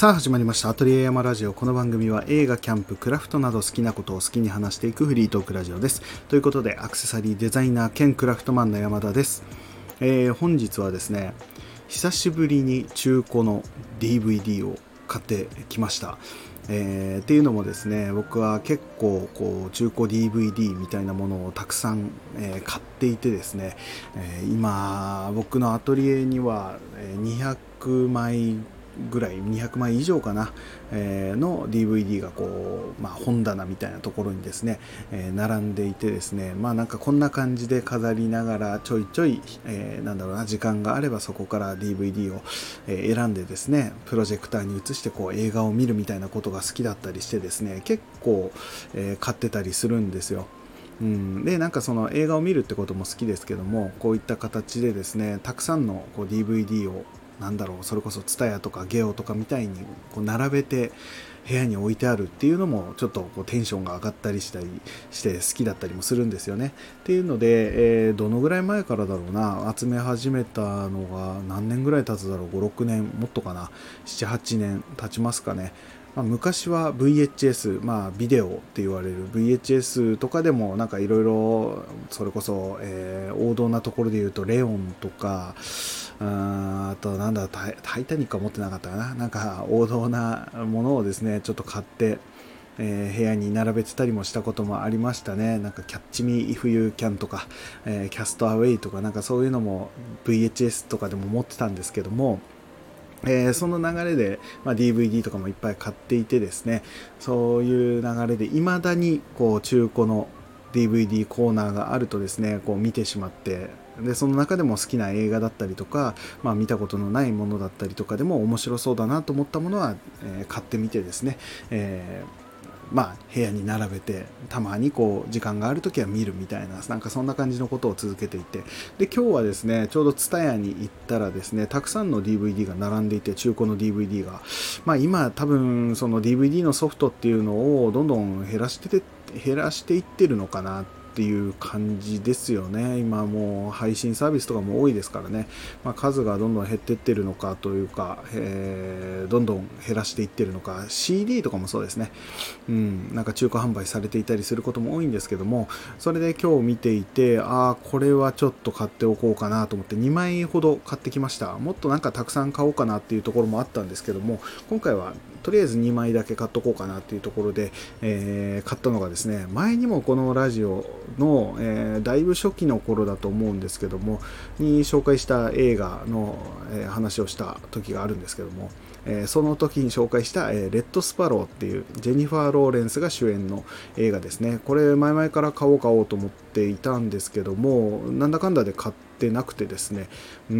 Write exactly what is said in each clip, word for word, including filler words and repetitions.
さあ始まりましたアトリエ山ラジオ。この番組は映画、キャンプ、クラフトなど好きなことを好きに話していくフリートークラジオです。ということでアクセサリーデザイナー兼クラフトマンの山田です。えー、本日はですね、久しぶりに中古の ディーブイディー を買ってきました。えー、っていうのもですね、僕は結構こう中古 ディーブイディー みたいなものをたくさん、えー、買っていてですね、えー、今僕のアトリエにはにひゃくまいぐらいにひゃくまい以上かな、えー、の ディーブイディー がこう、まあ、本棚みたいなところにですね、えー、並んでいてですね、まあなんかこんな感じで飾りながらちょいちょい、えー、なんだろうな時間があればそこから ディーブイディー を、えー、選んでですね、プロジェクターに移してこう映画を見るみたいなことが好きだったりしてですね、結構、えー、買ってたりするんですよ。うん、でなんかその映画を見るってことも好きですけども、こういった形でですね、たくさんのこう ディーブイディー をなんだろう、それこそ ツタヤ とかゲオとかみたいにこう並べて部屋に置いてあるっていうのもちょっとこうテンションが上がったりしたりして好きだったりもするんですよね。っていうので、えー、どのぐらい前からだろうな、集め始めたのが何年ぐらい経つだろう、ごろくねんもっとかな、ななはちねん経ちますかね。まあ、昔は ブイエイチエス、まあ、ビデオって言われる ブイエイチエス とかでもなんかいろいろそれこそ、えー、王道なところで言うとレオンとか、あ, あとなんだタイ、タイタニックは持ってなかったかな、なんか王道なものをですねちょっと買って、えー、部屋に並べてたりもしたこともありましたね。なんかキャッチミーイフユーキャンとか、えー、キャストアウェイとかなんかそういうのも ブイエイチエス とかでも持ってたんですけども、えー、その流れで、まあ、ディーブイディー とかもいっぱい買っていてですね、そういう流れで未だにこう中古の ディーブイディー コーナーがあるとですね、こう見てしまって、でその中でも好きな映画だったりとか、まあ、見たことのないものだったりとかでも面白そうだなと思ったものは、えー、買ってみてですね、えーまあ、部屋に並べてたまにこう時間があるときは見るみたいな、なんかそんな感じのことを続けていて、で今日はですねちょうど ツタヤ に行ったらですね、たくさんの ディーブイディー が並んでいて、中古の ディーブイディー が、まあ、今多分その ディーブイディー のソフトっていうのをどんどん減らしてて減らしていってるのかなっていう感じですよね。今もう配信サービスとかも多いですからね、まあ、数がどんどん減っていってるのかというか、えー、どんどん減らしていってるのか、 シーディー とかもそうですね、うん、なんか中古販売されていたりすることも多いんですけども、それで今日見ていて、ああこれはちょっと買っておこうかなと思ってにまいほど買ってきました。もっとなんかたくさん買おうかなっていうところもあったんですけども、今回はとりあえずにまいだけ買っとこうかなっていうところで、えー、買ったのがですね、前にもこのラジオの、えー、だいぶ初期の頃だと思うんですけどもに紹介した映画の、えー、話をした時があるんですけども、えー、その時に紹介した、えー、レッドスパローっていうジェニファー・ローレンスが主演の映画ですね。これ前々から買おう買おうと思っていたんですけども、なんだかんだで買ってなくてですね、うん、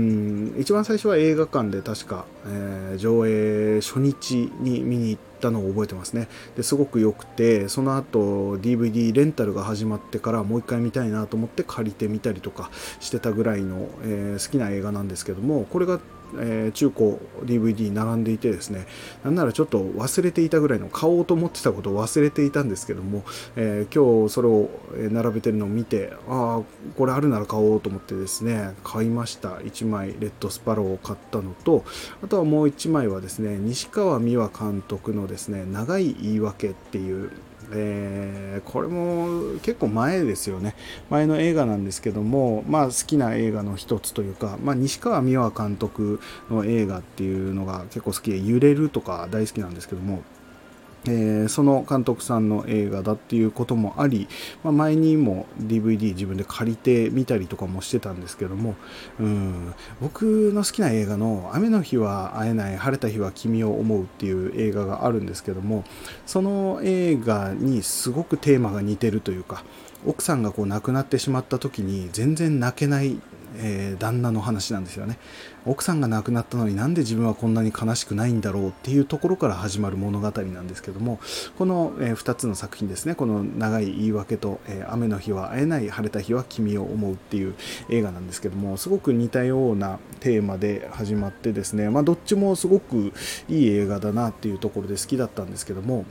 一番最初は映画館で確か、えー、上映初日に見に行ったのを覚えてますね。ですごく良くて、その後 ディーブイディー レンタルが始まってからもう一回見たいなと思って借りてみたりとかしてたぐらいの、えー、好きな映画なんですけども、これがえー、中古 ディーブイディー 並んでいてですね、なんならちょっと忘れていたぐらいの、買おうと思ってたことを忘れていたんですけども、えー、今日それを並べてるのを見て、ああこれあるなら買おうと思ってですね買いました。いちまいレッドスパローを買ったのと、あとはもういちまいはですね、西川美和監督のですね、長い言い訳っていう、えー、これも結構前ですよね。前の映画なんですけども、まあ、好きな映画の一つというか、まあ、西川美和監督の映画っていうのが結構好きで、揺れるとか大好きなんですけども、えー、その監督さんの映画だっていうこともあり、まあ、前にも ディーブイディー 自分で借りてみたりとかもしてたんですけども、うん、僕の好きな映画の雨の日は会えない晴れた日は君を思うっていう映画があるんですけども、その映画にすごくテーマが似てるというか、奥さんがこう亡くなってしまった時に全然泣けない、えー、旦那の話なんですよね。奥さんが亡くなったのになんで自分はこんなに悲しくないんだろうっていうところから始まる物語なんですけども、この、えー、ふたつの作品ですね、この長い言い訳と、えー、雨の日は会えない晴れた日は君を思うっていう映画なんですけども、すごく似たようなテーマで始まってですね、まあ、どっちもすごくいい映画だなっていうところで好きだったんですけども、そ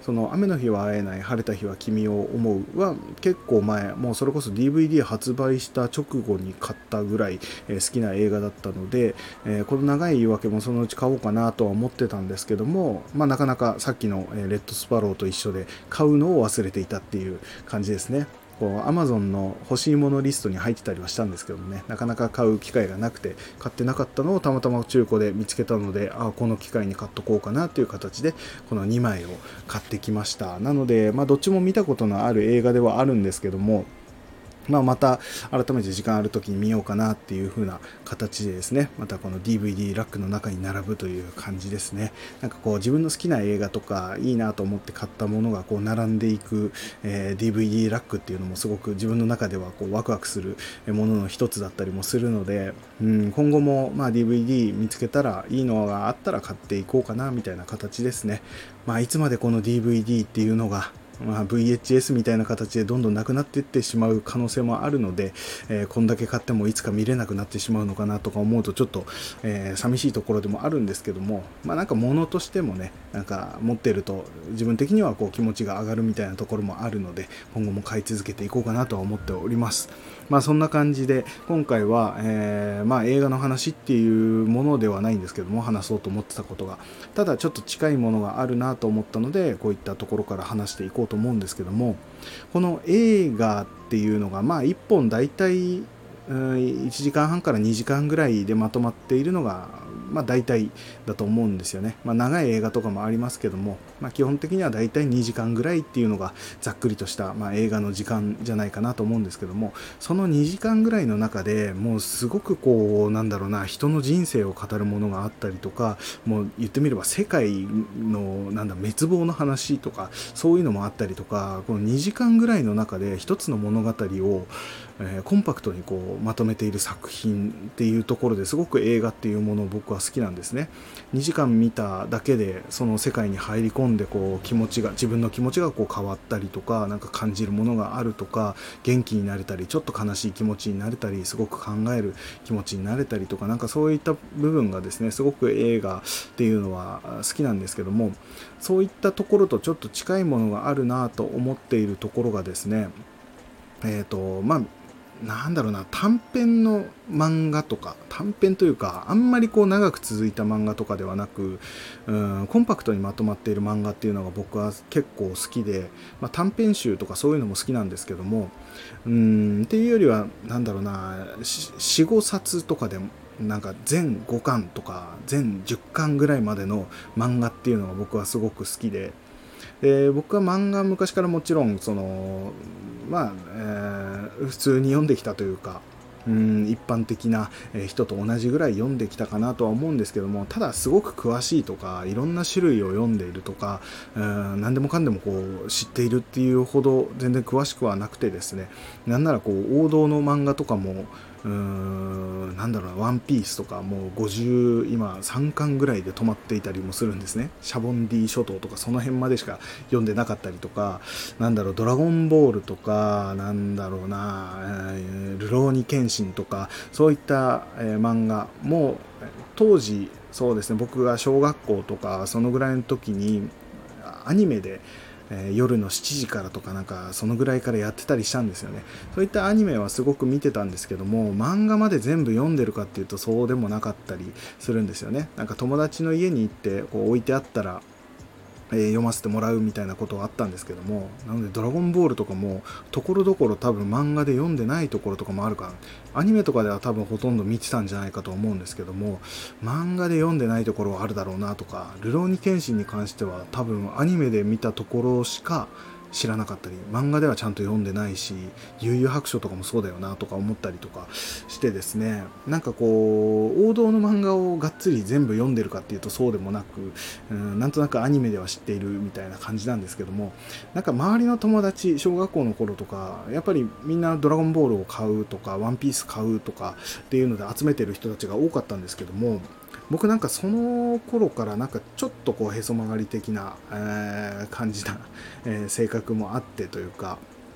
その雨の日は会えない晴れた日は君を思うは結構前、もうそれこそ ディーブイディー 発売した直後に買ったぐらい、えー、好きな映画だったので、えー、この長い言い訳もそのうち買おうかなとは思ってたんですけども、まあ、なかなかさっきの、えー、レッドスパローと一緒で買うのを忘れていたっていう感じですね。こう Amazon の欲しいものリストに入ってたりはしたんですけどもね、なかなか買う機会がなくて買ってなかったのをたまたま中古で見つけたので、あこの機会に買っとこうかなという形でこのにまいを買ってきました。なので、まあ、どっちも見たことのある映画ではあるんですけども、まあ、また改めて時間ある時に見ようかなっていう風な形でですね、またこの ディーブイディー ラックの中に並ぶという感じですね。なんかこう自分の好きな映画とかいいなと思って買ったものがこう並んでいく、えー、ディーブイディー ラックっていうのもすごく自分の中ではこうワクワクするものの一つだったりもするので、うん、今後もまあ ディーブイディー 見つけたらいいのがあったら買っていこうかなみたいな形ですね。まあいつまでこの ディーブイディー っていうのがまあ、ブイエイチエス みたいな形でどんどんなくなっていってしまう可能性もあるので、えー、こんだけ買ってもいつか見れなくなってしまうのかなとか思うとちょっと、えー、寂しいところでもあるんですけども、まあなんか物としてもね、なんか持ってると自分的にはこう気持ちが上がるみたいなところもあるので、今後も買い続けていこうかなとは思っております。まあそんな感じで今回は、えー、まあ映画の話っていうものではないんですけども、話そうと思ってたことがただちょっと近いものがあるなと思ったので、こういったところから話していこうと思うんですけども、この映画っていうのがまあいっぽんだいたいいちじかんはんからにじかんぐらいでまとまっているのがまあ大体だと思うんですよね。まあ長い映画とかもありますけども、まあ基本的には大体にじかんぐらいっていうのがざっくりとしたまあ映画の時間じゃないかなと思うんですけども、そのにじかんぐらいの中でもうすごくこうなんだろうな、人の人生を語るものがあったりとか、もう言ってみれば世界のなんだ滅亡の話とかそういうのもあったりとか、このにじかんぐらいの中で一つの物語をえー、コンパクトにこうまとめている作品っていうところですごく映画っていうものを僕は好きなんですね。にじかん見ただけでその世界に入り込んでこう気持ちが自分の気持ちがこう変わったりとか、なんか感じるものがあるとか、元気になれたりちょっと悲しい気持ちになれたり、すごく考える気持ちになれたりとか、なんかそういった部分がですねすごく映画っていうのは好きなんですけども、そういったところとちょっと近いものがあるなと思っているところがですね、えっとまあなんだろうな、短編の漫画とか、短編というかあんまりこう長く続いた漫画とかではなく、うん、コンパクトにまとまっている漫画っていうのが僕は結構好きで、まあ、短編集とかそういうのも好きなんですけども、うんっていうよりはなんだろうな、よん、ごさつとかでもなんか全ごかんとか全じゅっかんぐらいまでの漫画っていうのが僕はすごく好きで、で僕は漫画昔からもちろんそのまあ、えー、普通に読んできたというか、うん一般的な人と同じぐらい読んできたかなとは思うんですけども、ただすごく詳しいとかいろんな種類を読んでいるとか、うん何でもかんでもこう知っているっていうほど全然詳しくはなくてですね、なんならこう王道の漫画とかもうーんなんだろうな、ワンピースとかもうごじゅう今さんかんぐらいで止まっていたりもするんですね。シャボンディ諸島とかその辺までしか読んでなかったりとか、なんだろうドラゴンボールとかなんだろうな、えー、ルローニケンシンとかそういった、えー、漫画も当時そうですね、僕が小学校とかそのぐらいの時にアニメでえー、夜のしちじからとかなんかそのぐらいからやってたりしたんですよね。そういったアニメはすごく見てたんですけども、漫画まで全部読んでるかっていうとそうでもなかったりするんですよね。なんか友達の家に行ってこう置いてあったらえー、読ませてもらうみたいなことはあったんですけども、なのでドラゴンボールとかもところどころ多分漫画で読んでないところとかもあるから、アニメとかでは多分ほとんど見てたんじゃないかと思うんですけども、漫画で読んでないところはあるだろうなとか、ルローニケンシンに関しては多分アニメで見たところしか知らなかったり、漫画ではちゃんと読んでないし、悠々白書とかもそうだよなとか思ったりとかしてですね、なんかこう王道の漫画をがっつり全部読んでるかっていうとそうでもなく、うん、なんとなくアニメでは知っているみたいな感じなんですけども、なんか周りの友達小学校の頃とかやっぱりみんなドラゴンボールを買うとかワンピース買うとかっていうので集めてる人たちが多かったんですけども、僕なんかその頃からなんかちょっとこうへそ曲がり的な、えー、感じな、えー、性格もあってというか、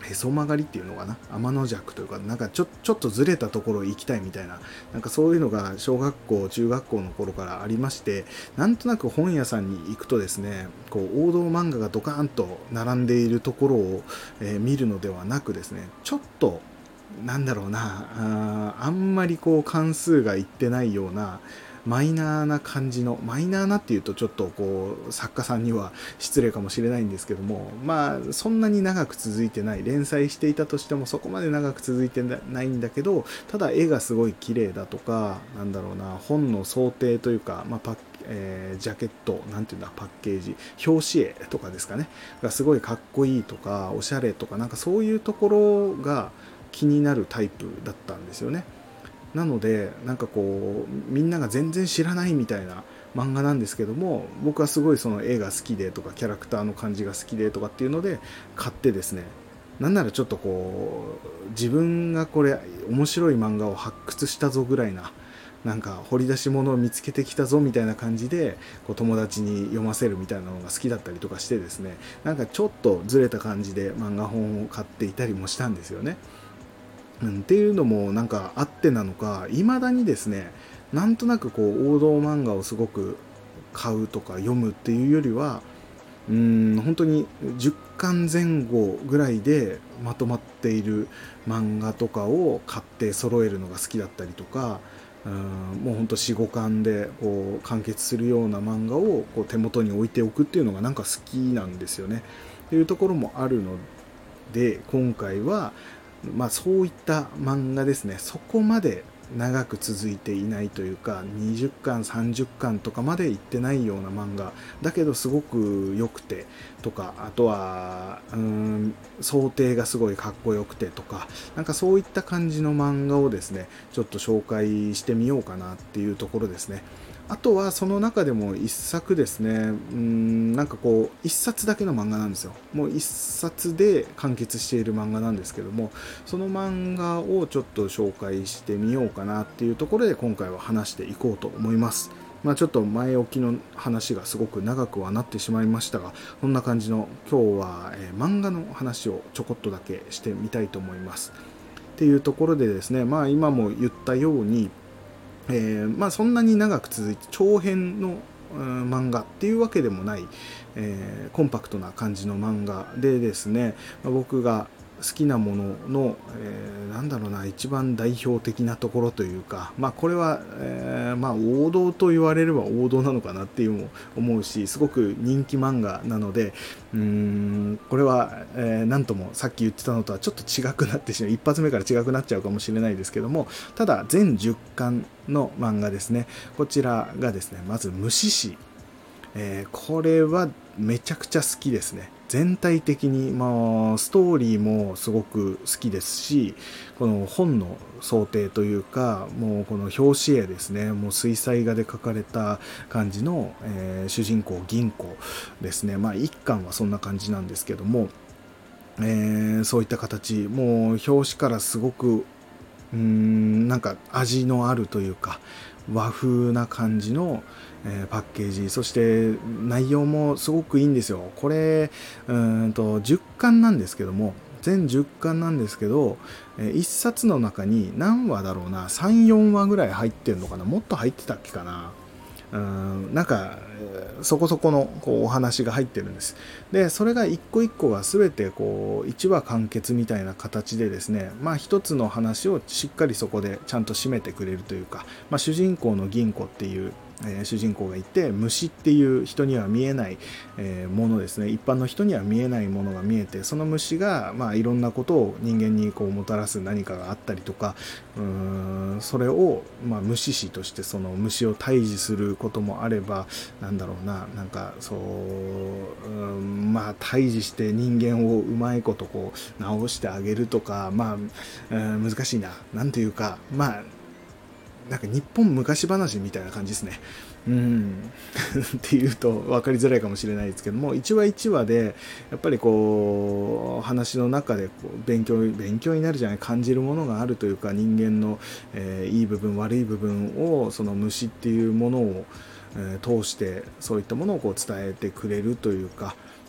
へそ曲がりっていうのかな、天の弱というか、なんかちょちょっとずれたところ行きたいみたいな、なんかそういうのが小学校中学校の頃からありまして、なんとなく本屋さんに行くとですね、こう王道漫画がドカーンと並んでいるところを、えー見るのではなくですね、ちょっとなんだろうな、あ, あんまりこう関数がいってないようなマイナーな感じの、マイナーなっていうとちょっとこう作家さんには失礼かもしれないんですけども、まあそんなに長く続いてない、連載していたとしてもそこまで長く続いてないんだけど、ただ絵がすごい綺麗だとか、なんだろうな、本の想定というか、まあパッえー、ジャケット、なんていうんだ、パッケージ、表紙絵とかですかね、がすごいかっこいいとか、おしゃれとか、なんかそういうところが気になるタイプだったんですよね。なのでなんかこうみんなが全然知らないみたいな漫画なんですけども、僕はすごいその絵が好きでとかキャラクターの感じが好きでとかっていうので買ってですね、なんならちょっとこう自分がこれ面白い漫画を発掘したぞぐらいな、なんか掘り出し物を見つけてきたぞみたいな感じでこう友達に読ませるみたいなのが好きだったりとかしてですね、なんかちょっとずれた感じで漫画本を買っていたりもしたんですよね。うん、っていうのもなんかあってなのか、いまだにですね、なんとなくこう王道漫画をすごく買うとか読むっていうよりは、うーん本当にじゅっかんぜん後ぐらいでまとまっている漫画とかを買って揃えるのが好きだったりとか、うんもうほんとよん、ごかんでこう完結するような漫画をこう手元に置いておくっていうのがなんか好きなんですよね。っていうところもあるので、今回はまあそういった漫画ですね、そこまで長く続いていないというか、にじゅっかんさんじゅっかんとかまでいってないような漫画だけどすごく良くてとか、あとはうーん想定がすごいかっこよくてとか、なんかそういった感じの漫画をですねちょっと紹介してみようかなっていうところですね。あとはその中でも一作ですね、うーんなんかこう一冊だけの漫画なんですよ。もう一冊で完結している漫画なんですけども、その漫画をちょっと紹介してみようかなっていうところで今回は話していこうと思います。まあ、ちょっと前置きの話がすごく長くはなってしまいましたが、こんな感じの今日は、えー漫画の話をちょこっとだけしてみたいと思います。っていうところでですね、まあ今も言ったように、えーまあ、そんなに長く続いて長編の、うん、漫画っていうわけでもない、えーコンパクトな感じの漫画でですね、まあ僕が好きなものの、えーなんだろうな、一番代表的なところというか、まあこれは、えーまあ王道と言われれば王道なのかなっていうのも思うし、すごく人気漫画なので、うーんこれは、えーなんともさっき言ってたのとはちょっと違くなってしまう、一発目から違くなっちゃうかもしれないですけども、ただ全じゅっかんの漫画ですね。こちらがですね、まず虫師、えーこれはめちゃくちゃ好きですね。全体的に、まあ、ストーリーもすごく好きですし、この本の想定というか、もうこの表紙絵ですね、もう水彩画で描かれた感じの、えー主人公銀行ですね。まあ一巻はそんな感じなんですけども、えーそういった形、もう表紙からすごくうーんなんか味のあるというか和風な感じの、えーパッケージ、そして内容もすごくいいんですよ。これうーんとじゅっかんなんですけども、全じゅっかんなんですけど、えーいっさつの中に何話だろうな、さん、よんわぐらい入ってるのかな、もっと入ってたっけかな。うんなんかそこそこのこうお話が入ってるんです。でそれが一個一個が全てこういちわ完結みたいな形でですね、まあ一つの話をしっかりそこでちゃんと締めてくれるというか、まあ、主人公の銀子っていう、えー主人公がいて、虫っていう人には見えない、えーものですね、一般の人には見えないものが見えて、その虫がまあいろんなことを人間にこうもたらす何かがあったりとか、うーんそれをまあ虫師としてその虫を退治することもあれば、なんだろうな、なんかそう、うんまあ退治して人間をうまいことこう直してあげるとか、まあ、うん難しいな、なんというか、まあなんか日本昔話みたいな感じですね。うんっていうと分かりづらいかもしれないですけども、一話一話でやっぱりこう話の中でこう勉強勉強になるじゃない、感じるものがあるというか、人間の、えーいい部分悪い部分をその虫っていうものを、えー通してそういったものをこう伝えてくれるというか、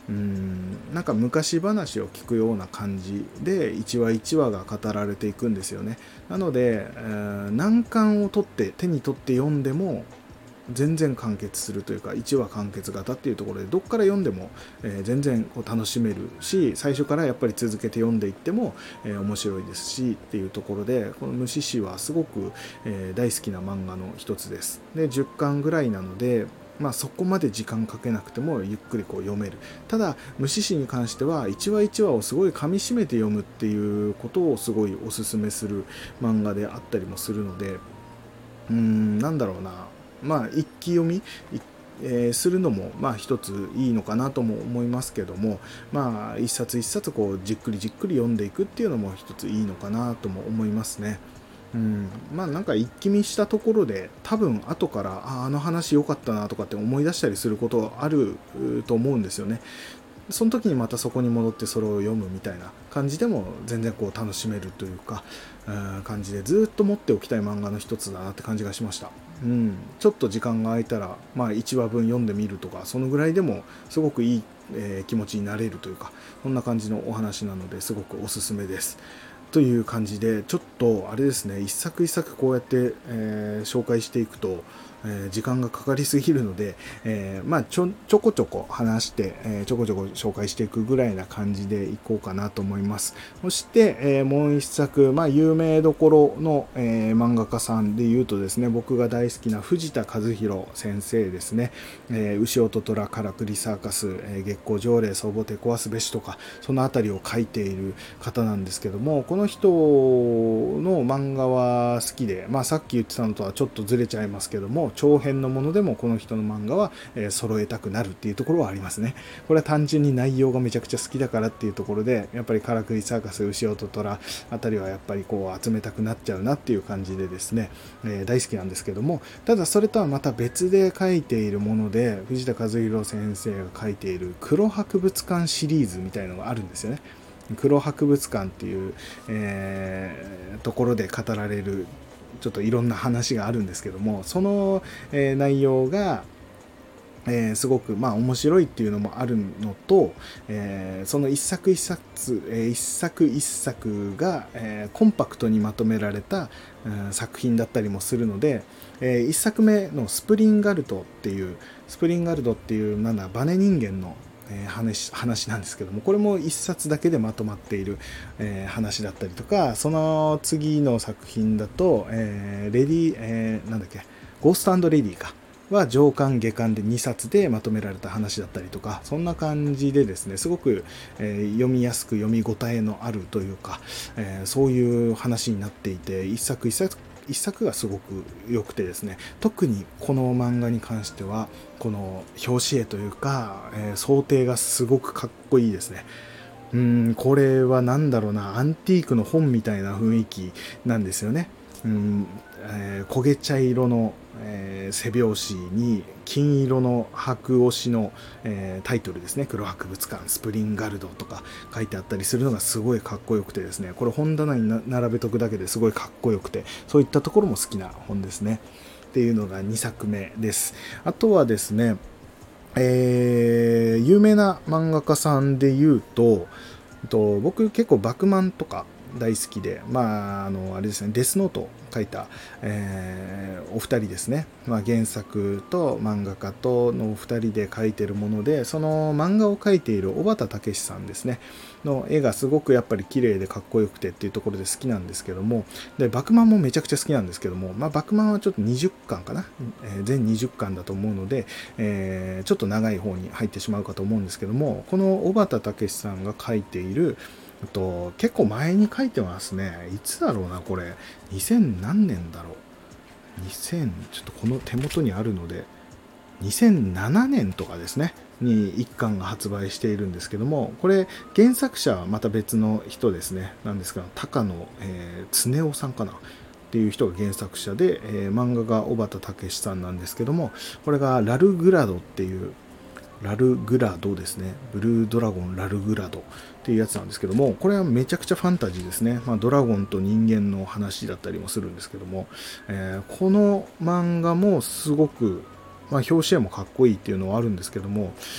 うーんなんか昔話を聞くような感じで一話一話が語られていくんですよね。なので、えー難巻を取って手に取って読んでも全然完結するというか、いちわ完結型っていうところでどっから読んでも、えー全然こう楽しめるし、最初からやっぱり続けて読んでいっても、えー面白いですしっていうところで、この虫師はすごく、えー大好きな漫画の一つです。でじゅっかんぐらいなので、まあ、そこまで時間かけなくてもゆっくりこう読める。ただ虫師に関しては一話一話をすごい噛み締めて読むっていうことをすごいおすすめする漫画であったりもするので、うーんなんだろうな、まあ一気読み、えーするのもまあ一ついいのかなとも思いますけども、まあ一冊一冊こうじっくりじっくり読んでいくっていうのも一ついいのかなとも思いますね。うん、まあなんか一気見したところで多分後からああの話良かったなとかって思い出したりすることあると思うんですよね。その時にまたそこに戻ってそれを読むみたいな感じでも全然こう楽しめるというか、うん感じでずっと持っておきたい漫画の一つだなって感じがしました。うん、ちょっと時間が空いたら、まあ、いちわぶん読んでみるとかそのぐらいでもすごくいい、えー気持ちになれるというか、こんな感じのお話なのですごくおすすめです。という感じで、ちょっとあれですね、一作一作こうやって、えー紹介していくと、えー時間がかかりすぎるので、えーまあ、ちょちょこちょこ話して、えーちょこちょこ紹介していくぐらいな感じでいこうかなと思います。そして、えーもう一作、まあ、有名どころの、えー漫画家さんで言うとですね、僕が大好きな藤田和弘先生ですね、えー牛音虎からくりサーカス、えー月光条例総ボテ壊すべしとか、そのあたりを書いている方なんですけども、この人の漫画は好きで、まあ、さっき言ってたのとはちょっとずれちゃいますけども、長編のものでもこの人の漫画は、えー揃えたくなるっていうところはありますね。これは単純に内容がめちゃくちゃ好きだからっていうところで、やっぱりからくりサーカス、牛音虎あたりはやっぱりこう集めたくなっちゃうなっていう感じでですね、えー大好きなんですけども、ただそれとはまた別で書いているもので、藤田和弘先生が書いている黒博物館シリーズみたいのがあるんですよね。黒博物館っていう、えーところで語られるちょっといろんな話があるんですけども、その、えー内容がえーすごくまあ面白いっていうのもあるのと、えーその一作一作、えー一作一作が、えーコンパクトにまとめられた、うん作品だったりもするので、えー一作目のスプリンガルドっていうスプリンガルドっていうなんだバネ人間のえー話話なんですけども、これも一冊だけでまとまっている、えー話だったりとか、その次の作品だと、えーレディー、えーなんだっけゴースト&レディーかは上巻下巻でにさつでまとめられた話だったりとか、そんな感じでですね、すごく、えー読みやすく読み応えのあるというか、えーそういう話になっていて、一作一作一作がすごく良くてですね、特にこの漫画に関してはこの表紙絵というか、えー想定がすごくかっこいいですね。うーんこれは何だろうな、アンティークの本みたいな雰囲気なんですよね。うんえー焦げ茶色の、えー背表紙に金色の白押しの、えータイトルですね、黒博物館スプリンガルドとか書いてあったりするのがすごいかっこよくてですね、これ本棚に並べとくだけですごいかっこよくて、そういったところも好きな本ですねっていうのがにさくめです。あとはですね、えー有名な漫画家さんで言うと、と僕結構バクマンとか大好きで、まあ、あのあれですね、デスノートを書いた、えーお二人ですね、まあ、原作と漫画家とのお二人で書いてるもので、その漫画を描いている小畑武史さんですねの絵がすごくやっぱり綺麗でかっこよくてっていうところで好きなんですけども、でバクマンもめちゃくちゃ好きなんですけども、まあ、バクマンはちょっとにじゅっかんかな、えー全にじゅっかんだと思うので、えーちょっと長い方に入ってしまうかと思うんですけども、この小畑武史さんが描いていると結構前に書いてますね。いつだろうな、これにせん何年だろう、にせんちょっとこの手元にあるのでにせんななねんとかですねにいっかんが発売しているんですけども、これ原作者はまた別の人ですね、なんですが高野、えー、恒夫さんかなっていう人が原作者で、えー漫画が小畑武史さんなんですけども、これがラルグラドっていうラルグラドですね、ブルードラゴンラルグラドっていうやつなんですけども、これはめちゃくちゃファンタジーですね。まあ、ドラゴンと人間の話だったりもするんですけども、えーこの漫画もすごく、まあ、表紙絵もかっこいいっていうのはあるんですけども、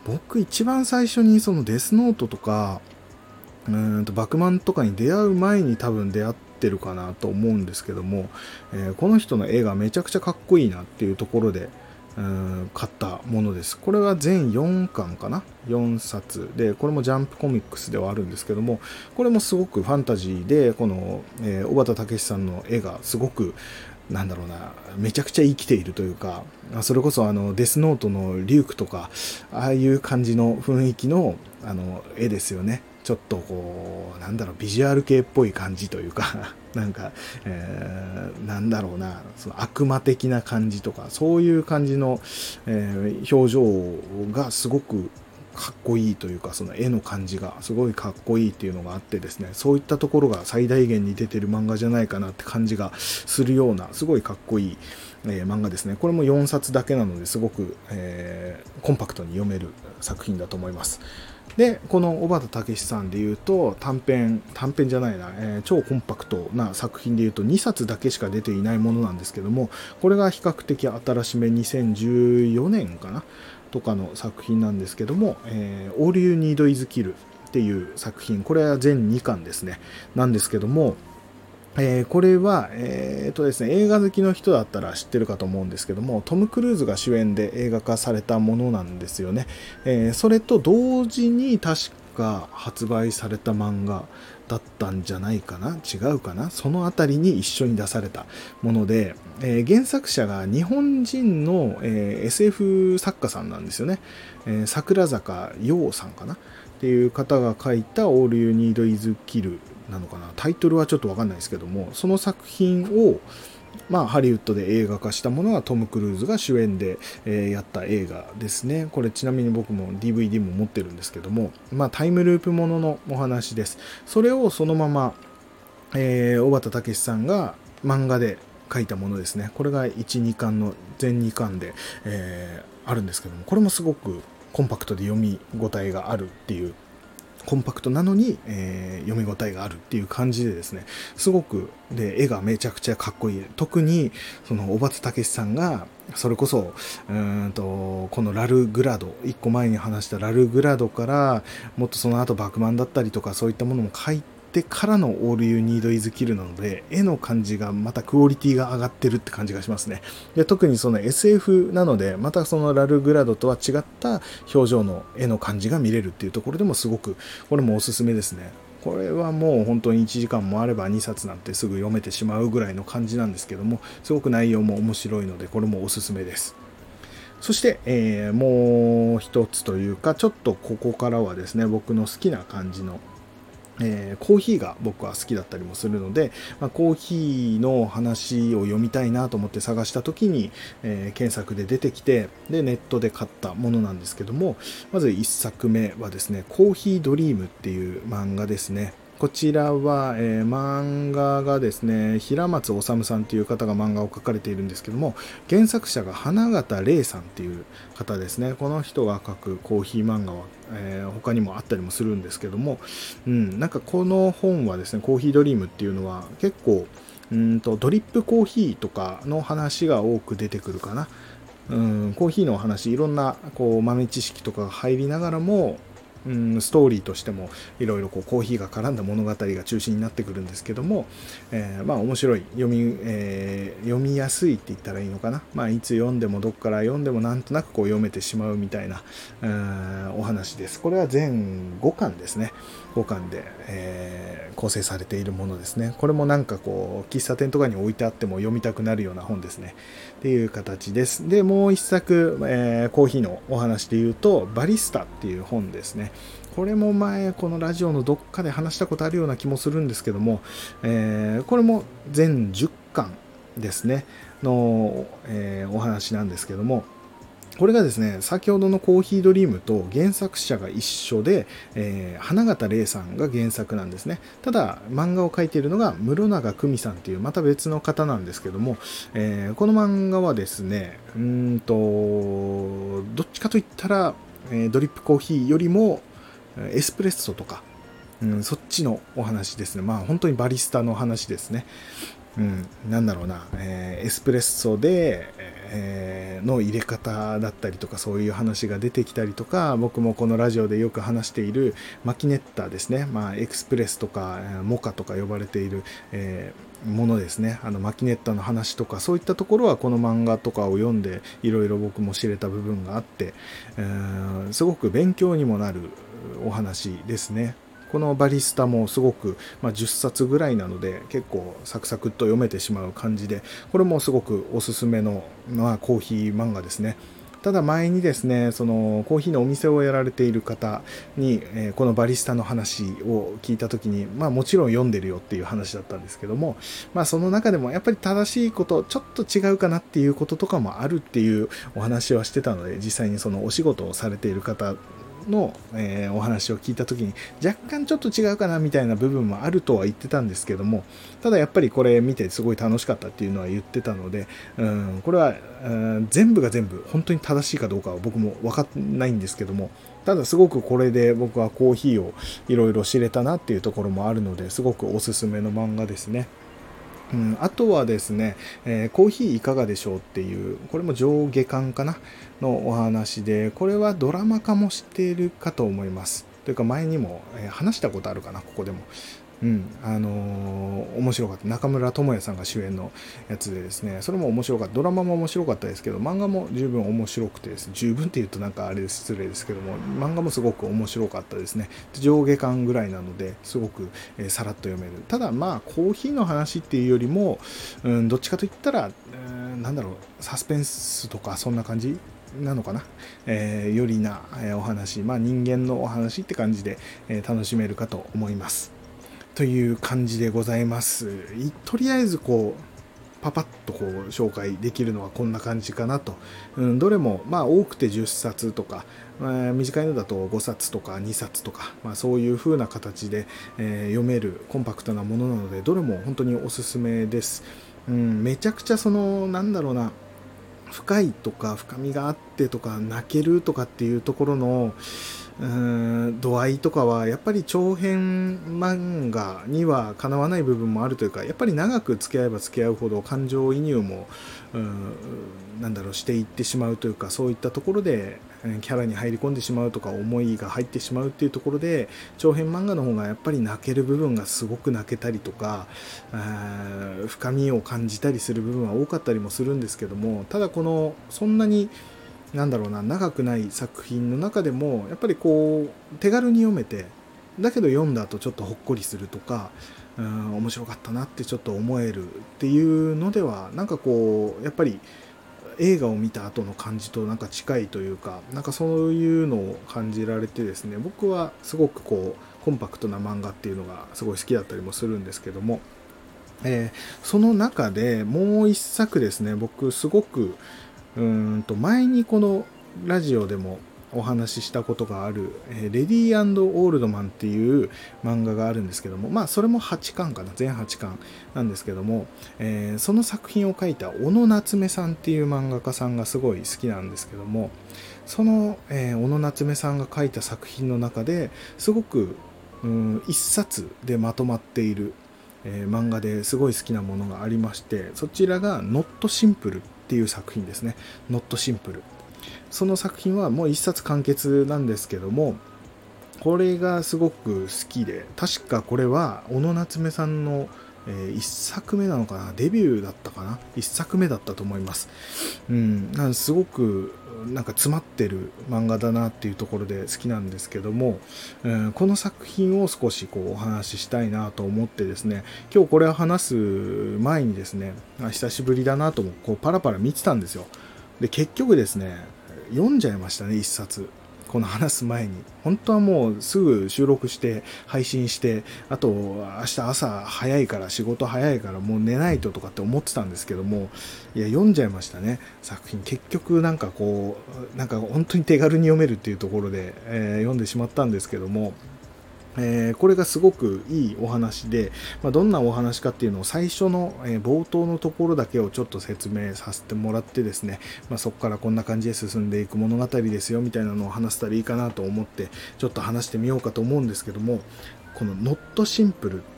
僕一番最初にそのデスノートとかうーんとバクマンとかに出会う前に多分出会ってるかなと思うんですけども、えーこの人の絵がめちゃくちゃかっこいいなっていうところでうーん買ったものです。これは全よんかんかな、よんさつで、これもジャンプコミックスではあるんですけども、これもすごくファンタジーで、この、えー小畑武史さんの絵がすごくなんだろうな、めちゃくちゃ生きているというか、それこそあのデスノートのリュークとか、ああいう感じの雰囲気のあの絵ですよね。ちょっとこう、なんだろう、ビジュアル系っぽい感じというか、なんか、えー、なんだろうな、その悪魔的な感じとか、そういう感じの、えー表情がすごくかっこいいというか、その絵の感じがすごいかっこいいっていうのがあってですね、そういったところが最大限に出てる漫画じゃないかなって感じがするような、すごいかっこいい、えー漫画ですね。これもよんさつだけなのですごく、えーコンパクトに読める作品だと思います。で、この小畑武史さんで言うと、短編、短編じゃないな、えー超コンパクトな作品で言うとにさつだけしか出ていないものなんですけども、これが比較的新しめ、にせんじゅうよねんかなとかの作品なんですけども、えー、All You Need Is Kill っていう作品、これは全にかんですね、なんですけども、えーこれは、えーとですね、映画好きの人だったら知ってるかと思うんですけども、トム・クルーズが主演で映画化されたものなんですよね。えーそれと同時に確か発売された漫画だったんじゃないかな、違うかな、そのあたりに一緒に出されたもので、えー原作者が日本人の、えー エスエフ 作家さんなんですよね。えー桜坂陽さんかなっていう方が書いた All You Need Is Killなのかな、タイトルはちょっとわかんないですけども、その作品を、まあ、ハリウッドで映画化したものがトム・クルーズが主演で、えーやった映画ですね。これちなみに僕も ディーブイディー も持ってるんですけども、まあ、タイムループもののお話です。それをそのまま、えー小畑武史さんが漫画で書いたものですね。これがいち、にかんの全にかんで、えーあるんですけども、これもすごくコンパクトで読み応えがあるっていう、コンパクトなのに、えー読み応えがあるっていう感じでですね、すごく、で、絵がめちゃくちゃかっこいい。特に、その、小畑武史さんが、それこそ、うーんと、このラルグラド、一個前に話したラルグラドから、もっとその後バクマンだったりとか、そういったものも書いてからの All You Need Is Kill なので、絵の感じがまたクオリティが上がってるって感じがしますね。で、特にその エスエフ なので、またそのラルグラドとは違った表情の絵の感じが見れるっていうところでもすごく、これもおすすめですね。これはもう本当にいちじかんもあればにさつなんてすぐ読めてしまうぐらいの感じなんですけども、すごく内容も面白いので、これもおすすめです。そして、えーもう一つというか、ちょっとここからはですね、僕の好きな感じの、えーコーヒーが僕は好きだったりもするので、まあ、コーヒーの話を読みたいなと思って探した時に、えー検索で出てきて、でネットで買ったものなんですけども、まずいっさくめはですね、コーヒードリームっていう漫画ですね。こちらは、えー漫画がですね、平松治さんという方が漫画を描かれているんですけども、原作者が花形玲さんっていう方ですね。この人が描くコーヒー漫画は、えー他にもあったりもするんですけども、うん、なんかこの本はですね、コーヒードリームっていうのは結構、うんとドリップコーヒーとかの話が多く出てくるかな。うん、コーヒーの話、いろんなこう豆知識とかが入りながらも、うん、ストーリーとしてもいろいろこうコーヒーが絡んだ物語が中心になってくるんですけども、えーまあ面白い読み、えー読みやすいって言ったらいいのかな、まあ、いつ読んでもどっから読んでもなんとなくこう読めてしまうみたいな、えーお話です。これは全ごかんですね。ごかんで、えー構成されているものですね。これもなんかこう喫茶店とかに置いてあっても読みたくなるような本ですねっていう形です。でもう一作、えーコーヒーのお話で言うとバリスタっていう本ですね。これも前このラジオのどっかで話したことあるような気もするんですけども、えーこれも全じゅっかんですねの、えーお話なんですけども、これがですね、先ほどのコーヒードリームと原作者が一緒で、えー花形玲さんが原作なんですね。ただ、漫画を描いているのが室永久美さんというまた別の方なんですけども、えーこの漫画はですね、うーんと、どっちかといったら、えードリップコーヒーよりもエスプレッソとか、うん、そっちのお話ですね。まあ本当にバリスタの話ですね。 うん、なんだろうな、えーエスプレッソで、えーの入れ方だったりとか、そういう話が出てきたりとか、僕もこのラジオでよく話しているマキネッタですね、まあ、エクスプレスとかえーモカとか呼ばれている、えーものですね。あのマキネッタの話とか、そういったところはこの漫画とかを読んでいろいろ僕も知れた部分があって、えーすごく勉強にもなるお話ですね。このバリスタもすごく、まあ、じゅっさつぐらいなので結構サクサクっと読めてしまう感じで、これもすごくおすすめの、まあ、コーヒー漫画ですね。ただ前にですね、そのコーヒーのお店をやられている方に、えーこのバリスタの話を聞いたときに、まあもちろん読んでるよっていう話だったんですけども、まあその中でもやっぱり正しいこと、ちょっと違うかなっていうこととかもあるっていうお話はしてたので、実際にそのお仕事をされている方の、えーお話を聞いた時に若干ちょっと違うかなみたいな部分もあるとは言ってたんですけども、ただやっぱりこれ見てすごい楽しかったっていうのは言ってたので、うん、これは、うん、全部が全部本当に正しいかどうかは僕も分かんないんですけども、ただすごくこれで僕はコーヒーをいろいろ知れたなっていうところもあるので、すごくおすすめの漫画ですね。うん、あとはですね、えーコーヒーいかがでしょうっていう、これも上下巻かなのお話で、これはドラマ化もしているかと思います。というか前にも、えー話したことあるかな、ここでも。うん、あのー面白かった。中村智也さんが主演のやつでですね、それも面白かった。ドラマも面白かったですけど、漫画も十分面白くてですね、十分って言うとなんかあれです失礼ですけども、漫画もすごく面白かったですね。上下巻ぐらいなので、すごく、えーさらっと読める。ただまあ、コーヒーの話っていうよりも、うん、どっちかといったら、うん、なんだろう、サスペンスとかそんな感じなのかな、えーよりな、えーお話、まあ人間のお話って感じで、えー楽しめるかと思います。という感じでございます。いとりあえずこうパパッとこう紹介できるのはこんな感じかなと、うん、どれもまあ多くてじゅっさつとか、まあ、短いのだとごさつとかにさつとか、まあ、そういう風な形で、えー読めるコンパクトなものなので、どれも本当におすすめです。うん、めちゃくちゃそのなんだろうな、深いとか深みがあってとか泣けるとかっていうところのうーん度合いとかはやっぱり長編漫画にはかなわない部分もあるというか、やっぱり長く付き合えば付き合うほど感情移入もうーんなんだろうしていってしまうというか、そういったところでキャラに入り込んでしまうとか思いが入ってしまうっていうところで、長編漫画の方がやっぱり泣ける部分がすごく泣けたりとか、深みを感じたりする部分は多かったりもするんですけども、ただこのそんなになんだろうな、長くない作品の中でもやっぱりこう手軽に読めて、だけど読んだ後ちょっとほっこりするとか、うん面白かったなってちょっと思えるっていうのでは、なんかこうやっぱり映画を見た後の感じとなんか近いというか、なんかそういうのを感じられてですね、僕はすごくこうコンパクトな漫画っていうのがすごい好きだったりもするんですけども、えーその中でもう一作ですね、僕すごくうーんと前にこのラジオでもお話ししたことがある、えーレディーオールドマンっていう漫画があるんですけども、まあそれもはちかんかな、全はちかんなんですけども、えーその作品を書いた小野夏目さんっていう漫画家さんがすごい好きなんですけども、その、えー小野夏目さんが書いた作品の中ですごくうん一冊でまとまっている、えー漫画ですごい好きなものがありまして、そちらが Not Simple っていう作品ですね。 Not Simple、 その作品はもう一冊完結なんですけども、これがすごく好きで、確かこれは小野夏目さんの、えー、いっさくめなのかな、デビューだったかな、いっさくめだったと思います。うん、なんですごくなんか詰まってる漫画だなっていうところで好きなんですけども、うん、この作品を少しこうお話ししたいなと思ってですね、今日これを話す前にですね、あ久しぶりだなともこうパラパラ見てたんですよ。で結局ですね、読んじゃいましたね、一冊。この話す前に。本当はもうすぐ収録して配信して、あと明日朝早いから仕事早いからもう寝ないととかって思ってたんですけども、いや読んじゃいましたね、作品。結局なんかこうなんか本当に手軽に読めるっていうところで、えー読んでしまったんですけども、えーこれがすごくいいお話で、まあ、どんなお話かっていうのを最初の、えー冒頭のところだけをちょっと説明させてもらってですね、まあ、そこからこんな感じで進んでいく物語ですよみたいなのを話せたらいいかなと思ってちょっと話してみようかと思うんですけども、この Not Simple っ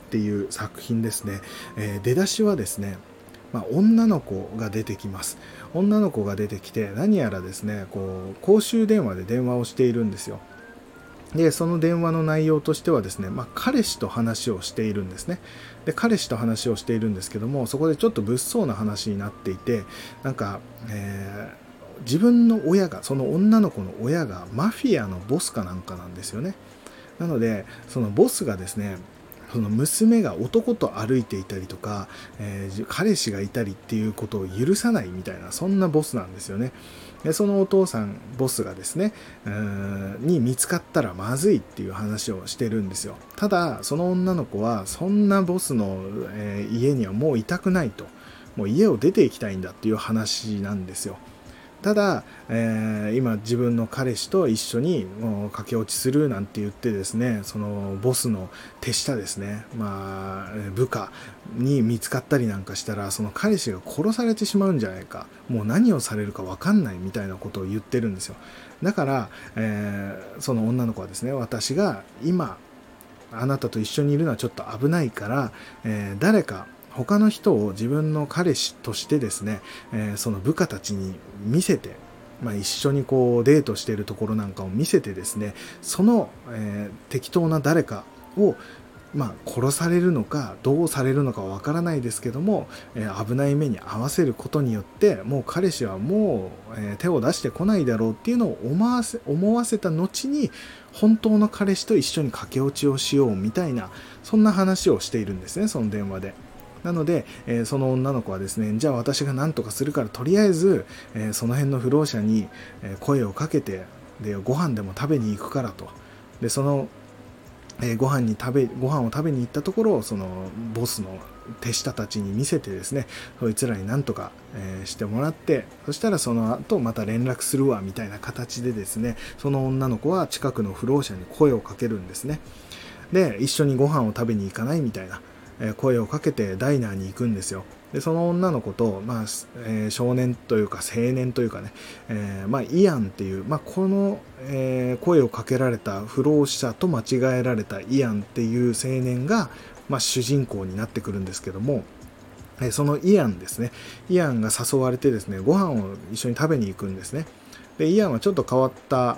っていう作品ですね。えー、出だしはですね、まあ、女の子が出てきます。女の子が出てきて、何やらですね、こう公衆電話で電話をしているんですよ。でその電話の内容としてはですね、まあ、彼氏と話をしているんですね。で彼氏と話をしているんですけども、そこでちょっと物騒な話になっていて、なんか、えー、自分の親が、その女の子の親がマフィアのボスかなんかなんですよね。なのでそのボスがですね、その娘が男と歩いていたりとか、えー、彼氏がいたりっていうことを許さないみたいな、そんなボスなんですよね。でそのお父さんボスがですね、うーんに見つかったらまずいっていう話をしてるんですよ。ただその女の子はそんなボスの、えー、家にはもういたくないと、もう家を出ていきたいんだっていう話なんですよ。ただ、えー、今自分の彼氏と一緒にもう駆け落ちするなんて言ってですね、そのボスの手下ですね、まあ部下に見つかったりなんかしたら、その彼氏が殺されてしまうんじゃないか、もう何をされるか分かんないみたいなことを言ってるんですよ。だから、えー、その女の子はですね、私が今あなたと一緒にいるのはちょっと危ないから、えー、誰か他の人を自分の彼氏としてですね、えー、その部下たちに見せて、まあ、一緒にこうデートしているところなんかを見せてですね、その、えー、適当な誰かを、まあ、殺されるのかどうされるのかはわからないですけども、えー、危ない目に遭わせることによってもう彼氏はもう、えー、手を出してこないだろうっていうのを思わせ、思わせた後に本当の彼氏と一緒に駆け落ちをしようみたいな、そんな話をしているんですね、その電話で。なので、えー、その女の子はですね、じゃあ私が何とかするからとりあえず、えー、その辺の不老者に声をかけて、でご飯でも食べに行くからと。でその、えー、ご飯に食べご飯を食べに行ったところ、そのボスの手下たちに見せてですね、そいつらに何とか、えー、してもらって、そしたらその後また連絡するわみたいな形でですね、その女の子は近くの不老者に声をかけるんですね。で一緒にご飯を食べに行かないみたいな声をかけてダイナーに行くんですよ。でその女の子と、まあえー、少年というか青年というかね、えーまあ、イアンっていう、まあ、この、えー、声をかけられた不老者と間違えられたイアンっていう青年が、まあ、主人公になってくるんですけども、えー、そのイアンですね、イアンが誘われてですね、ご飯を一緒に食べに行くんですね。でイアンはちょっと変わった、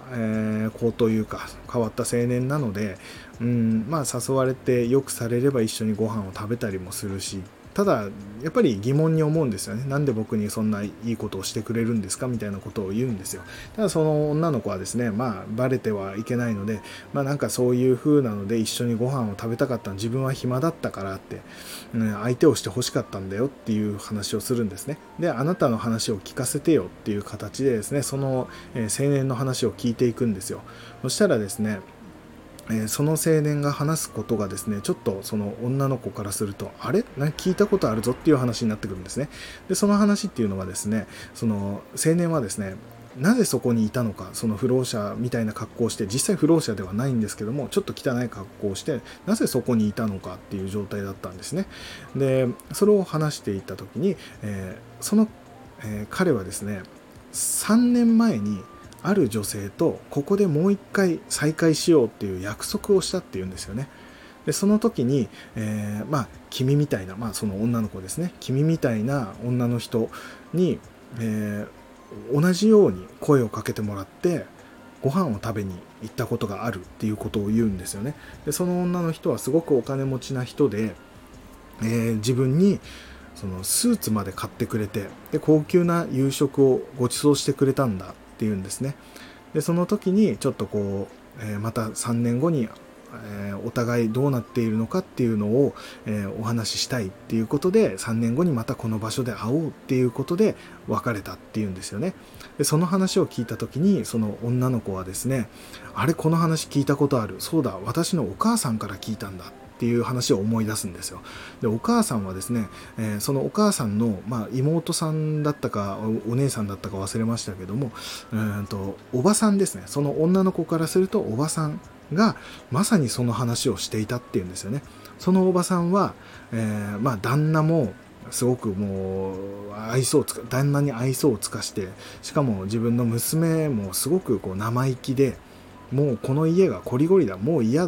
えー、子というか変わった青年なので、うんまあ、誘われてよくされれば一緒にご飯を食べたりもするし、ただやっぱり疑問に思うんですよね。なんで僕にそんないいことをしてくれるんですかみたいなことを言うんですよ。ただその女の子はですね、まあバレてはいけないので、まあなんかそういう風なので一緒にご飯を食べたかったの、自分は暇だったからって、うん、相手をして欲しかったんだよっていう話をするんですね。であなたの話を聞かせてよっていう形でですね、その、えー、青年の話を聞いていくんですよ。そしたらですね、えー、その青年が話すことがですね、ちょっとその女の子からすると、あれなんか聞いたことあるぞっていう話になってくるんですね。でその話っていうのはですね、その青年はですね、なぜそこにいたのか、その不老者みたいな格好をして、実際不老者ではないんですけども、ちょっと汚い格好をして、なぜそこにいたのかっていう状態だったんですね。でそれを話していた時に、えー、その、えー、彼はですね、さんねんまえにある女性とここでもう一回再会しようっていう約束をしたっていうんですよね。でその時に、えー、まあ君みたいな、まあその女の子ですね、君みたいな女の人に、えー、同じように声をかけてもらってご飯を食べに行ったことがあるっていうことを言うんですよね。でその女の人はすごくお金持ちな人で、えー、自分にそのスーツまで買ってくれて、で高級な夕食をご馳走してくれたんだっていうんですね。でその時にちょっとこう、えー、またさんねんごに、えー、お互いどうなっているのかっていうのを、えー、お話ししたいっていうことで、さんねんごにまたこの場所で会おうっていうことで別れたっていうんですよね。でその話を聞いた時に、その女の子はですね、あれこの話聞いたことある、そうだ私のお母さんから聞いたんだっていう話を思い出すんですよ。でお母さんはですね、えー、そのお母さんの、まあ、妹さんだったか お, お姉さんだったか忘れましたけども、うんとおばさんですね。その女の子からするとおばさんがまさにその話をしていたっていうんですよね。そのおばさんは、えーまあ、旦那もすごくもう愛想をつか旦那に愛想を尽かして、しかも自分の娘もすごくこう生意気で、もうこの家がこりごりだ、もう嫌だ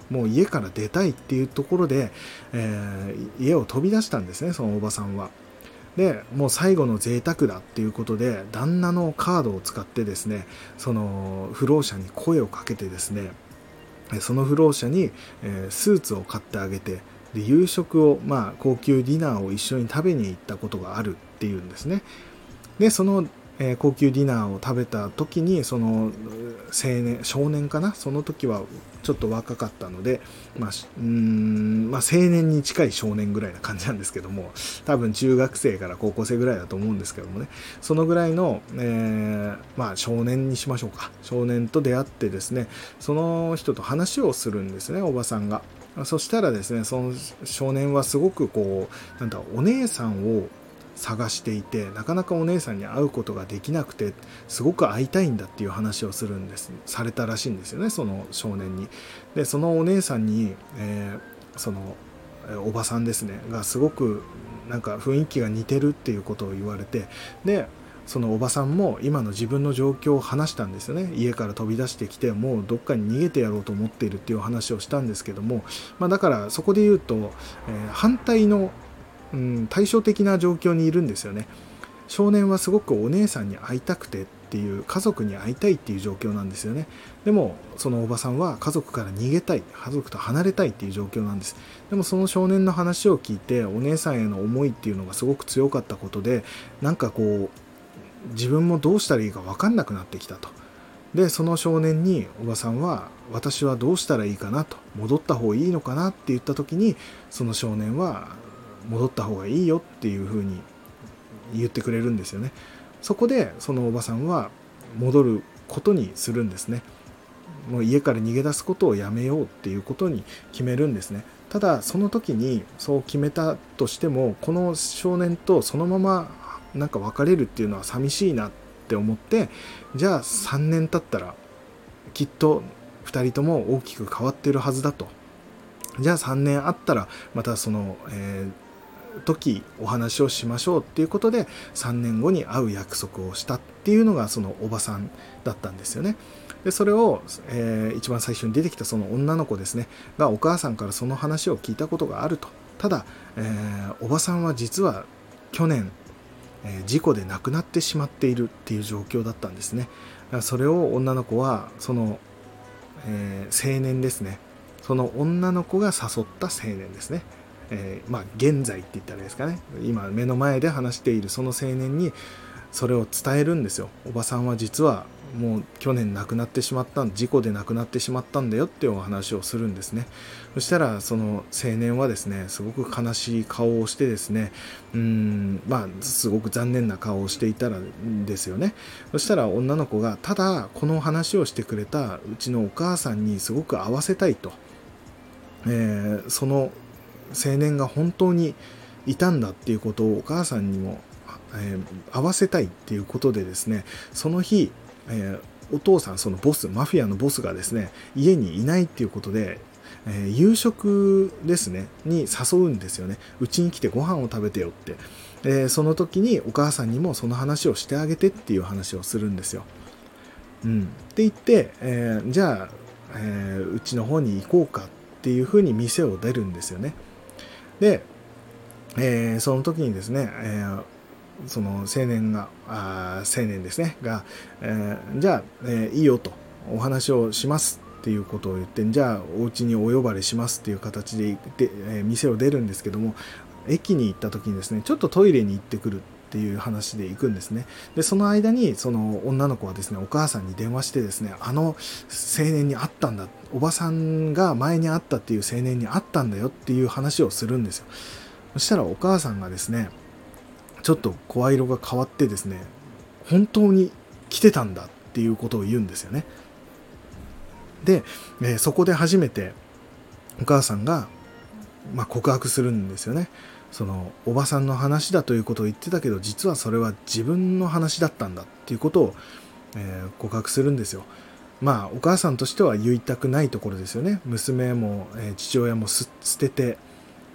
もう家から出たいっていうところで、えー、家を飛び出したんですね、そのおばさんは。でもう最後の贅沢だっていうことで旦那のカードを使ってですね、その不老者に声をかけてですね、その不老者にスーツを買ってあげて、で夕食を、まあ、高級ディナーを一緒に食べに行ったことがあるっていうんですね。でそのえー、高級ディナーを食べた時に、その青年少年かな、その時はちょっと若かったので、まあ、うーんまあ青年に近い少年ぐらいな感じなんですけども、多分中学生から高校生ぐらいだと思うんですけどもね、そのぐらいの、えーまあ、少年にしましょうか、少年と出会ってですね、その人と話をするんですね、おばさんが。そしたらですね、その少年はすごくこうなんだお姉さんを探していて、なかなかお姉さんに会うことができなくて、すごく会いたいんだっていう話をするんですされたらしいんですよね、その少年に。でそのお姉さんに、えー、そのおばさんですねがすごくなんか雰囲気が似てるっていうことを言われて、でそのおばさんも今の自分の状況を話したんですよね。家から飛び出してきて、もうどっかに逃げてやろうと思っているっていう話をしたんですけども、まあ、だからそこで言うと、えー、反対のうん、対照的な状況にいるんですよね。少年はすごくお姉さんに会いたくてっていう、家族に会いたいっていう状況なんですよね。でもそのおばさんは家族から逃げたい、家族と離れたいっていう状況なんです。でもその少年の話を聞いて、お姉さんへの思いっていうのがすごく強かったことで、なんかこう自分もどうしたらいいか分かんなくなってきたと。でその少年におばさんは、私はどうしたらいいかなと、戻った方がいいのかなって言った時に、その少年は戻った方がいいよっていう風に言ってくれるんですよね。そこでそのおばさんは戻ることにするんですね。もう家から逃げ出すことをやめようっていうことに決めるんですね。ただその時にそう決めたとしても、この少年とそのままなんか別れるっていうのは寂しいなって思って、じゃあさんねん経ったらきっとふたりとも大きく変わっているはずだと。じゃあさんねんあったらまたその、えー時お話をしましょうっていうことで、さんねんごに会う約束をしたっていうのがそのおばさんだったんですよね。でそれを、えー、一番最初に出てきたその女の子ですねが、お母さんからその話を聞いたことがあると。ただ、えー、おばさんは実は去年、えー、事故で亡くなってしまっているっていう状況だったんですね。それを女の子はその、えー、青年ですね、その女の子が誘った青年ですね、えー、まあ現在って言ったらいいですかね、今目の前で話しているその青年にそれを伝えるんですよ。おばさんは実はもう去年亡くなってしまった、事故で亡くなってしまったんだよっていうお話をするんですね。そしたらその青年はですね、すごく悲しい顔をしてですね、うーんまあすごく残念な顔をしていたらですよね。そしたら女の子が、ただこの話をしてくれたうちのお母さんにすごく合わせたいと、えー、その青年が本当にいたんだっていうことをお母さんにも、えー、合わせたいっていうことでですね、その日、えー、お父さん、そのボス、マフィアのボスがですね、家にいないっていうことで、えー、夕食ですねに誘うんですよね。うちに来てご飯を食べてよって、えー、その時にお母さんにもその話をしてあげてっていう話をするんですよ。うん、って言って、えー、じゃあ、えー、うちの方に行こうかっていうふうに店を出るんですよね。で、えー、その時にですね、えー、その青年が、あ青年ですね、が、えー、じゃあ、えー、いいよと、お話をしますっていうことを言って、じゃあ、お家にお呼ばれしますっていう形で、でえー、店を出るんですけども、駅に行った時にですね、ちょっとトイレに行ってくるっていう話で行くんですね。で、その間に、その女の子はですね、お母さんに電話してですね、あの青年に会ったんだ、おばさんが前に会ったっていう青年に会ったんだよっていう話をするんですよ。そしたらお母さんがですね、ちょっと声色が変わってですね、本当に来てたんだっていうことを言うんですよね。で、えー、そこで初めてお母さんが、まあ、告白するんですよね。そのおばさんの話だということを言ってたけど、実はそれは自分の話だったんだっていうことを、えー、告白するんですよ。まあお母さんとしては言いたくないところですよね。娘も、えー、父親も捨てて、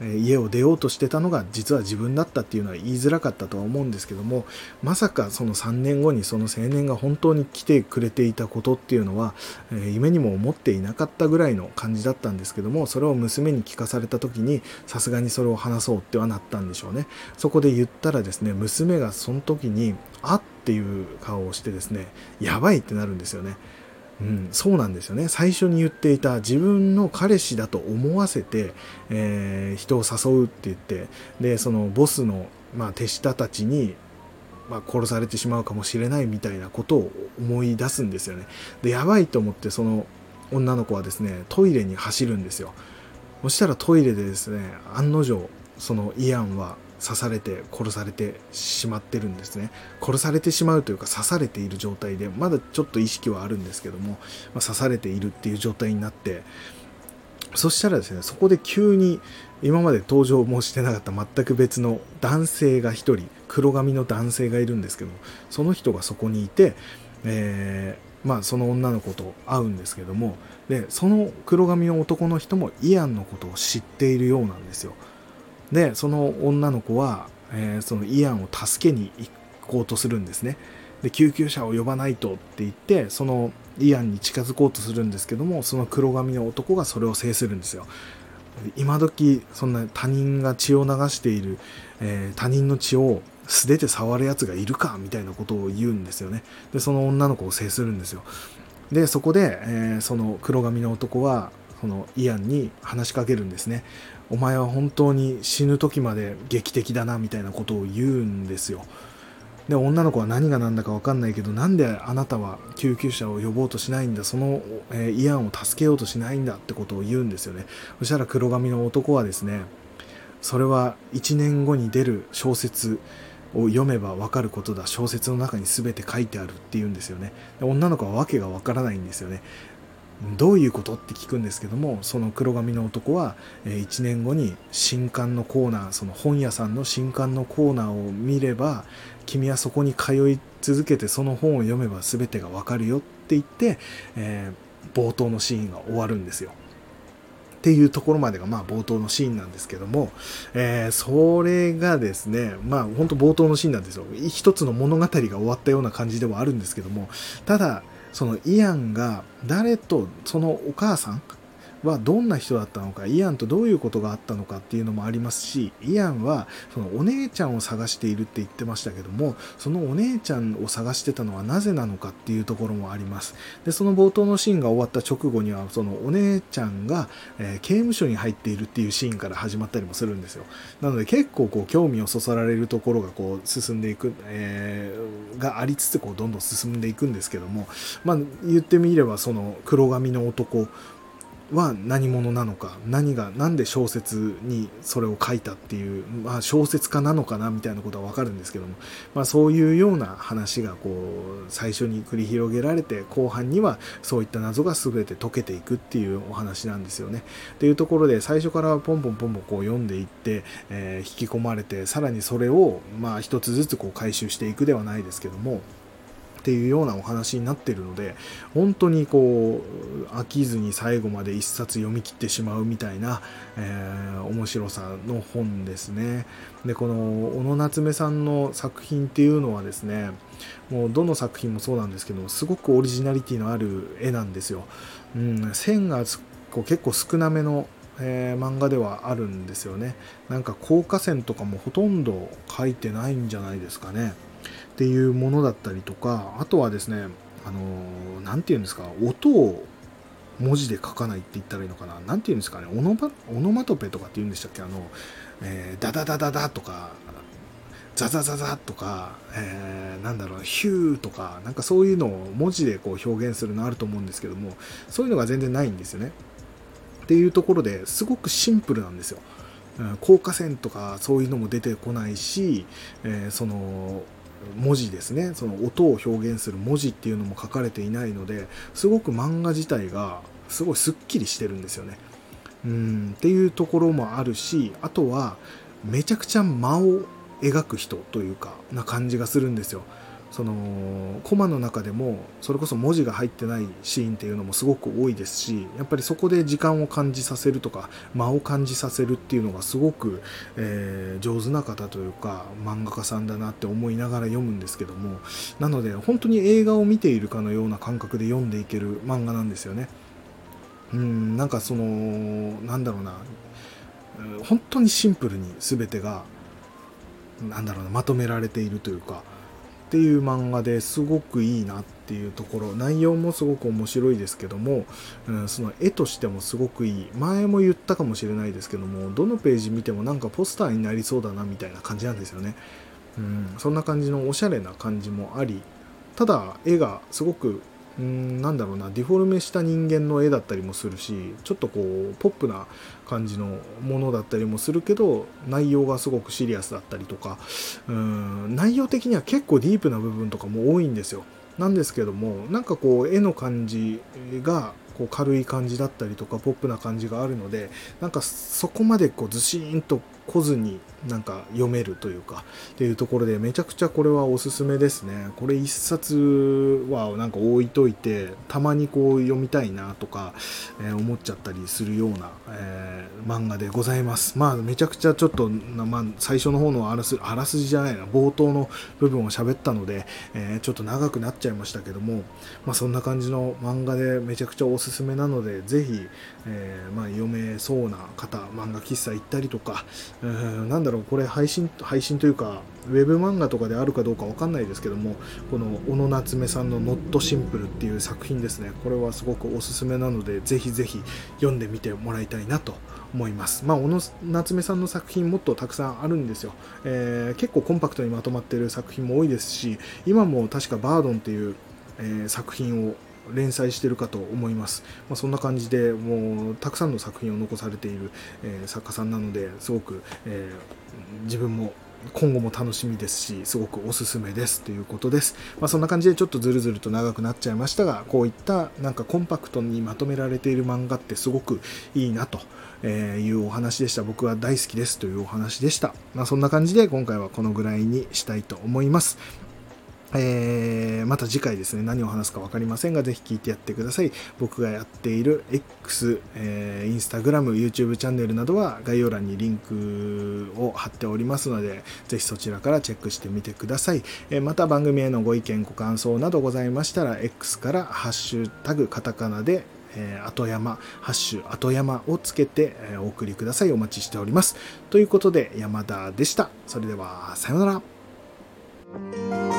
家を出ようとしてたのが実は自分だったっていうのは言いづらかったとは思うんですけども、まさかそのさんねんごにその青年が本当に来てくれていたことっていうのは夢にも思っていなかったぐらいの感じだったんですけども、それを娘に聞かされた時にさすがにそれを話そうってはなったんでしょうね。そこで言ったらですね、娘がその時にあっていう顔をしてですね、やばいってなるんですよね。うん、そうなんですよね。最初に言っていた自分の彼氏だと思わせて、えー、人を誘うって言って、でそのボスの、まあ、手下たちに、まあ、殺されてしまうかもしれないみたいなことを思い出すんですよね。でやばいと思ってその女の子はですねトイレに走るんですよ。そしたらトイレでですね案の定そのイアンは刺されて殺されてしまってるんですね。殺されてしまうというか刺されている状態で、まだちょっと意識はあるんですけども、まあ、刺されているっていう状態になって、そしたらですねそこで急に今まで登場もしてなかった全く別の男性が一人、黒髪の男性がいるんですけども、その人がそこにいて、えーまあ、その女の子と会うんですけども、でその黒髪の男の人もイアンのことを知っているようなんですよ。でその女の子は、えー、そのイアンを助けに行こうとするんですね。で救急車を呼ばないとって言ってそのイアンに近づこうとするんですけども、その黒髪の男がそれを制するんですよ。今時そんな他人が血を流している、えー、他人の血を素手で触るやつがいるかみたいなことを言うんですよね。でその女の子を制するんですよ。でそこで、えー、その黒髪の男はそのイアンに話しかけるんですね。お前は本当に死ぬ時まで劇的だなみたいなことを言うんですよ。で女の子は何が何だか分かんないけど、なんであなたは救急車を呼ぼうとしないんだ、その、えー、イアンを助けようとしないんだってことを言うんですよね。そしたら黒髪の男はですね、それはいちねんごに出る小説を読めば分かることだ、小説の中に全て書いてあるって言うんですよね。で女の子は訳が分からないんですよね。どういうことって聞くんですけども、その黒髪の男はいちねんごに新刊のコーナー、その本屋さんの新刊のコーナーを見れば、君はそこに通い続けてその本を読めば全てがわかるよって言って、えー、冒頭のシーンが終わるんですよ。っていうところまでがまあ冒頭のシーンなんですけども、えー、それがですね、まあ本当冒頭のシーンなんですよ。一つの物語が終わったような感じではあるんですけども、ただそのイアンが誰と、そのお母さんはどんな人だったのか、イアンとどういうことがあったのかっていうのもありますし、イアンはそのお姉ちゃんを探しているって言ってましたけども、そのお姉ちゃんを探してたのはなぜなのかっていうところもあります。でその冒頭のシーンが終わった直後には、そのお姉ちゃんが、えー、刑務所に入っているっていうシーンから始まったりもするんですよ。なので結構こう興味をそそられるところがこう進んでいく、えー、がありつつこうどんどん進んでいくんですけども、まあ言ってみればその黒髪の男は何者なのか、何がなんで小説にそれを書いたっていう、まあ、小説家なのかなみたいなことは分かるんですけども、まあ、そういうような話がこう最初に繰り広げられて、後半にはそういった謎が全て解けていくっていうお話なんですよね。っていうところで最初からポンポンポンポンこう読んでいって、えー、引き込まれて、さらにそれをまあ一つずつこう回収していくではないですけどもっていうようなお話になっているので、本当にこう飽きずに最後まで一冊読み切ってしまうみたいな、えー、面白さの本ですね。でこの小野夏目さんの作品っていうのはですね、もうどの作品もそうなんですけど、すごくオリジナリティのある絵なんですよ。うん、線がこう結構少なめのえー、漫画ではあるんですよね。なんか効果線とかもほとんど描いてないんじゃないですかねっていうものだったりとか、あとはですね、あのー、なんていうんですか、音を文字で書かないって言ったらいいのかな、なんていうんですかね、オノマ、オノマトペとかって言うんでしたっけ、あの、えー、ダダダダダとか、ザザザザとか、えー、なんだろう、ヒューとか、なんかそういうのを文字でこう表現するのあると思うんですけども、そういうのが全然ないんですよね。っていうところですごくシンプルなんですよ。効果線とかそういうのも出てこないし、えー、その文字ですね、その音を表現する文字っていうのも書かれていないので、すごく漫画自体がすごいすっきりしてるんですよね。うんっていうところもあるし、あとはめちゃくちゃ間を描く人というかな感じがするんですよ。 そのコマの中でもそれこそ文字が入ってないシーンっていうのもすごく多いですし、やっぱりそこで時間を感じさせるとか間を感じさせるっていうのがすごく、えー、上手な方というか漫画家さんだなって思いながら読むんですけども、なので本当に映画を見ているかのような感覚で読んでいける漫画なんですよね。うん、なんかそのなんだろうな、本当にシンプルに全てがなんだろうなまとめられているというかっていう漫画ですごくいいなっていうところ、内容もすごく面白いですけども、うん、その絵としてもすごくいい。前も言ったかもしれないですけども、どのページ見てもなんかポスターになりそうだなみたいな感じなんですよね。うん、そんな感じのおしゃれな感じもあり、ただ絵がすごくうーんなんだろうなディフォルメした人間の絵だったりもするし、ちょっとこうポップな感じのものだったりもするけど、内容がすごくシリアスだったりとか、うーん内容的には結構ディープな部分とかも多いんですよ。なんですけども、なんかこう絵の感じがこう軽い感じだったりとかポップな感じがあるので、なんかそこまでこうずしーんと来ずになんか読めるというかっていうところで、めちゃくちゃこれはおすすめですね。これ一冊はなんか置いといてたまにこう読みたいなとか、えー、思っちゃったりするような、えー、漫画でございます。まあめちゃくちゃちょっと、まあ、最初の方のあらすあらすじじゃないな冒頭の部分を喋ったので、えー、ちょっと長くなっちゃいましたけども、まあ、そんな感じの漫画でめちゃくちゃおすすめなので、ぜひ、えーまあ、読めそうな方、漫画喫茶行ったりとか、うん、なんだろうこれ配信配信というかウェブ漫画とかであるかどうかわかんないですけども、この小野夏目さんのノットシンプルっていう作品ですね。これはすごくおすすめなので、ぜひぜひ読んでみてもらいたいなと思います。まあ小野夏目さんの作品もっとたくさんあるんですよ。えー、結構コンパクトにまとまっている作品も多いですし、今も確かバードンっていう、えー、作品を連載しているかと思います。まあ、そんな感じでもうたくさんの作品を残されている、えー、作家さんなので、すごく、えー、自分も今後も楽しみですし、すごくおすすめですということです。まあ、そんな感じでちょっとずるずると長くなっちゃいましたが、こういったなんかコンパクトにまとめられている漫画ってすごくいいなというお話でした。僕は大好きですというお話でした。まあ、そんな感じで今回はこのぐらいにしたいと思います。えー、また次回ですね、何を話すか分かりませんが、ぜひ聞いてやってください。僕がやっている X、えー、Instagram、YouTube チャンネルなどは概要欄にリンクを貼っておりますので、ぜひそちらからチェックしてみてください。えー、また番組へのご意見、ご感想などございましたら、X からハッシュタグカタカナでえー、後山、ハッシュ後山をつけて、えー、お送りください。お待ちしております。ということで、山田でした。それでは、さようなら。